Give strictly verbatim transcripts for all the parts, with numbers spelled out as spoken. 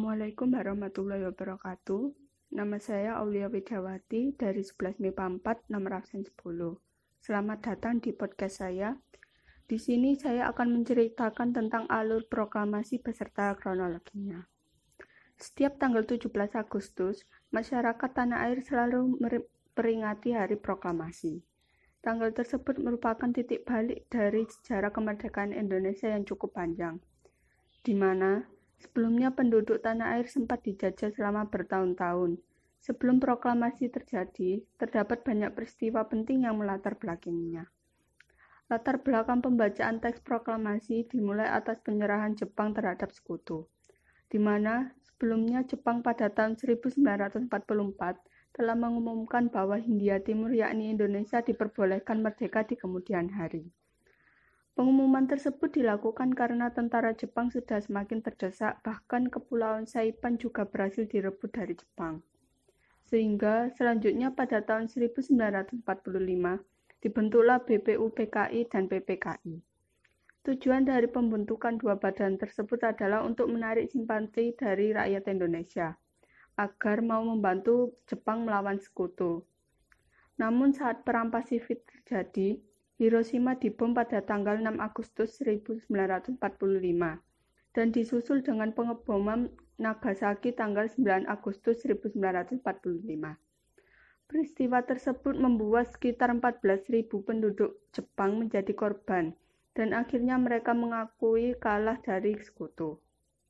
Assalamualaikum warahmatullahi wabarakatuh. Nama saya Aulia Widiawati dari sebelas M I P A empat nomor absen sepuluh. Selamat datang di podcast saya. Di sini saya akan menceritakan tentang alur proklamasi beserta kronologinya. Setiap tanggal tujuh belas Agustus, masyarakat tanah air selalu memperingati Hari Proklamasi. Tanggal tersebut merupakan titik balik dari sejarah kemerdekaan Indonesia yang cukup panjang, di mana sebelumnya penduduk tanah air sempat dijajah selama bertahun-tahun. Sebelum proklamasi terjadi, terdapat banyak peristiwa penting yang melatar belakanginya. Latar belakang pembacaan teks proklamasi dimulai atas penyerahan Jepang terhadap sekutu, di mana sebelumnya Jepang pada tahun seribu sembilan ratus empat puluh empat telah mengumumkan bahwa Hindia Timur yakni Indonesia diperbolehkan merdeka di kemudian hari. Pengumuman tersebut dilakukan karena tentara Jepang sudah semakin terdesak, bahkan Kepulauan Saipan juga berhasil direbut dari Jepang. Sehingga selanjutnya pada tahun seribu sembilan ratus empat puluh lima dibentuklah B P U P K I dan P P K I. Tujuan dari pembentukan dua badan tersebut adalah untuk menarik simpati dari rakyat Indonesia agar mau membantu Jepang melawan sekutu. Namun saat Perang Pasifik terjadi, Hiroshima dibom pada tanggal enam Agustus seribu sembilan ratus empat puluh lima dan disusul dengan pengeboman Nagasaki tanggal sembilan Agustus seribu sembilan ratus empat puluh lima. Peristiwa tersebut membuat sekitar empat belas ribu penduduk Jepang menjadi korban dan akhirnya mereka mengakui kalah dari sekutu.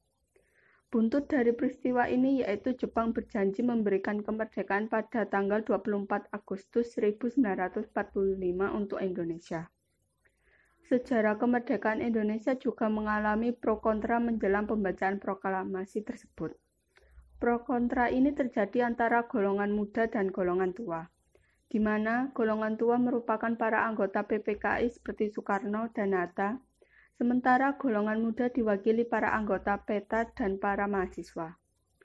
Buntut dari peristiwa ini yaitu Jepang berjanji memberikan kemerdekaan pada tanggal dua puluh empat Agustus seribu sembilan ratus empat puluh lima untuk Indonesia. Sejarah kemerdekaan Indonesia juga mengalami pro kontra menjelang pembacaan proklamasi tersebut. Pro kontra ini terjadi antara golongan muda dan golongan tua, di mana golongan tua merupakan para anggota P P K I seperti Soekarno dan Hatta, sementara golongan muda diwakili para anggota P E T A dan para mahasiswa.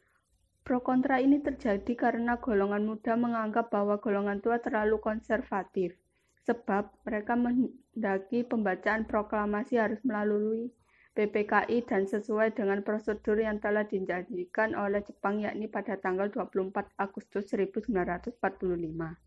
Pro kontra ini terjadi karena golongan muda menganggap bahwa golongan tua terlalu konservatif, sebab mereka menghendaki pembacaan proklamasi harus melalui P P K I dan sesuai dengan prosedur yang telah dijanjikan oleh Jepang yakni pada tanggal dua puluh empat Agustus seribu sembilan ratus empat puluh lima.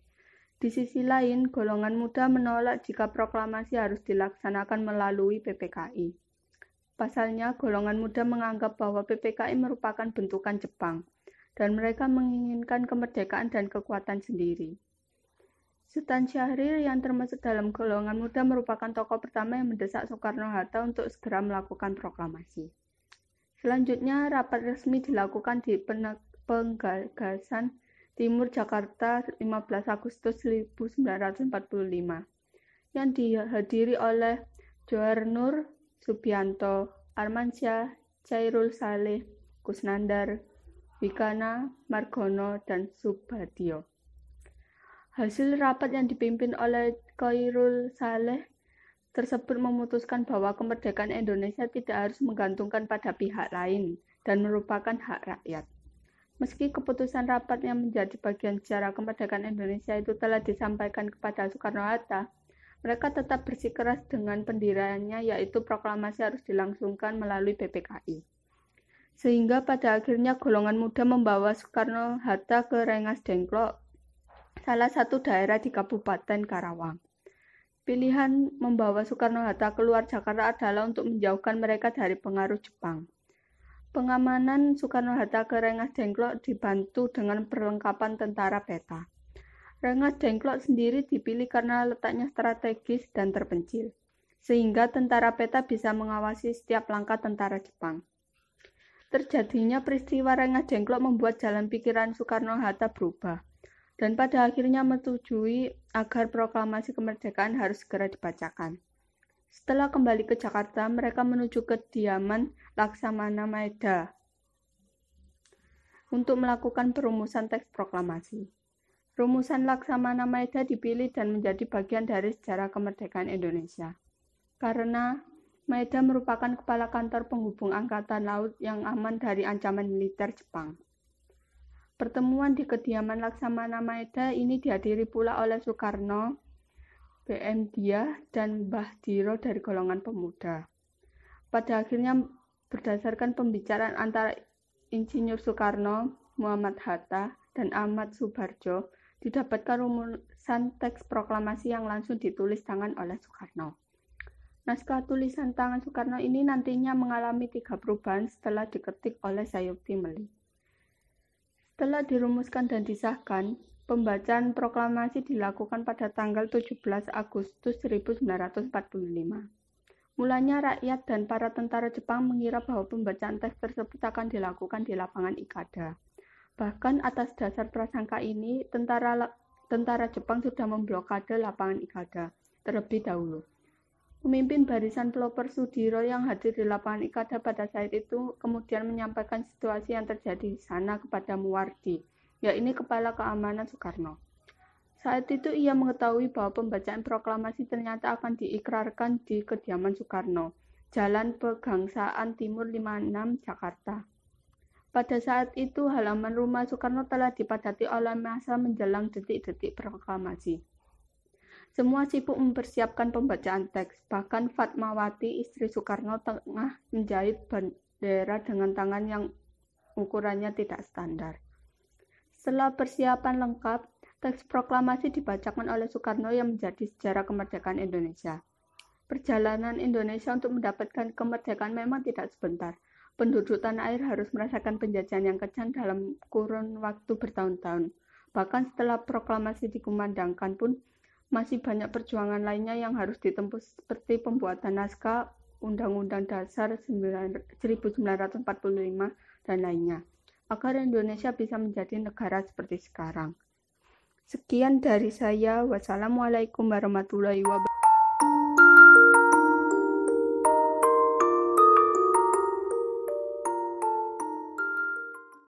Di sisi lain, golongan muda menolak jika proklamasi harus dilaksanakan melalui P P K I. Pasalnya, golongan muda menganggap bahwa P P K I merupakan bentukan Jepang, dan mereka menginginkan kemerdekaan dan kekuatan sendiri. Sultan Syahrir yang termasuk dalam golongan muda merupakan tokoh pertama yang mendesak Soekarno-Hatta untuk segera melakukan proklamasi. Selanjutnya, rapat resmi dilakukan di Penggagasan Timur Jakarta lima belas Agustus seribu sembilan ratus empat puluh lima yang dihadiri oleh Johar Nur Subianto, Armansyah, Chairul Saleh, Kusnandar, Wikana, Margono, dan Subadyo. Hasil rapat yang dipimpin oleh Chairul Saleh tersebut memutuskan bahwa kemerdekaan Indonesia tidak harus menggantungkan pada pihak lain dan merupakan hak rakyat. Meski keputusan rapat yang menjadi bagian sejarah kemerdekaan Indonesia itu telah disampaikan kepada Soekarno-Hatta, mereka tetap bersikeras dengan pendiriannya yaitu proklamasi harus dilangsungkan melalui P P K I. Sehingga pada akhirnya golongan muda membawa Soekarno-Hatta ke Rengas Dengklok, salah satu daerah di Kabupaten Karawang. Pilihan membawa Soekarno-Hatta keluar Jakarta adalah untuk menjauhkan mereka dari pengaruh Jepang. Pengamanan Soekarno-Hatta ke Rengas Dengklok dibantu dengan perlengkapan tentara P E T A. Rengas Dengklok sendiri dipilih karena letaknya strategis dan terpencil, sehingga tentara P E T A bisa mengawasi setiap langkah tentara Jepang. Terjadinya peristiwa Rengas Dengklok membuat jalan pikiran Soekarno-Hatta berubah, dan pada akhirnya menyetujui agar proklamasi kemerdekaan harus segera dibacakan. Setelah kembali ke Jakarta, mereka menuju kediaman Laksamana Maeda untuk melakukan perumusan teks proklamasi. Rumusan Laksamana Maeda dipilih dan menjadi bagian dari sejarah kemerdekaan Indonesia, karena Maeda merupakan kepala kantor penghubung Angkatan Laut yang aman dari ancaman militer Jepang. Pertemuan di kediaman Laksamana Maeda ini dihadiri pula oleh Soekarno, B M Diah, dan Mbah Diro dari golongan pemuda. Pada akhirnya berdasarkan pembicaraan antara Insinyur Soekarno, Muhammad Hatta, dan Ahmad Subarjo didapatkan rumusan teks proklamasi yang langsung ditulis tangan oleh Soekarno. Naskah tulisan tangan Soekarno ini nantinya mengalami tiga perubahan setelah diketik oleh Sayuti Meli. Setelah dirumuskan dan disahkan, pembacaan proklamasi dilakukan pada tanggal tujuh belas Agustus seribu sembilan ratus empat puluh lima. Mulanya rakyat dan para tentara Jepang mengira bahwa pembacaan teks tersebut akan dilakukan di lapangan Ikada. Bahkan atas dasar prasangka ini, tentara tentara Jepang sudah memblokade lapangan Ikada terlebih dahulu. Pemimpin barisan pelopor Sudiro yang hadir di lapangan Ikada pada saat itu kemudian menyampaikan situasi yang terjadi di sana kepada Muwardi, yakni Kepala Keamanan Soekarno. Saat itu ia mengetahui bahwa pembacaan proklamasi ternyata akan diikrarkan di kediaman Soekarno, Jalan Pegangsaan Timur lima puluh enam, Jakarta. Pada saat itu halaman rumah Soekarno telah dipadati oleh massa menjelang detik-detik proklamasi. Semua sibuk mempersiapkan pembacaan teks, bahkan Fatmawati, istri Soekarno, tengah menjahit bendera dengan tangan yang ukurannya tidak standar. Setelah persiapan lengkap, teks proklamasi dibacakan oleh Soekarno yang menjadi sejarah kemerdekaan Indonesia. Perjalanan Indonesia untuk mendapatkan kemerdekaan memang tidak sebentar. Penduduk tanah air harus merasakan penjajahan yang kejam dalam kurun waktu bertahun-tahun. Bahkan setelah proklamasi dikumandangkan pun, masih banyak perjuangan lainnya yang harus ditempuh seperti pembuatan naskah Undang-Undang Dasar seribu sembilan ratus empat puluh lima dan lainnya, agar Indonesia bisa menjadi negara seperti sekarang. Sekian dari saya. Wassalamualaikum warahmatullahi wabarakatuh.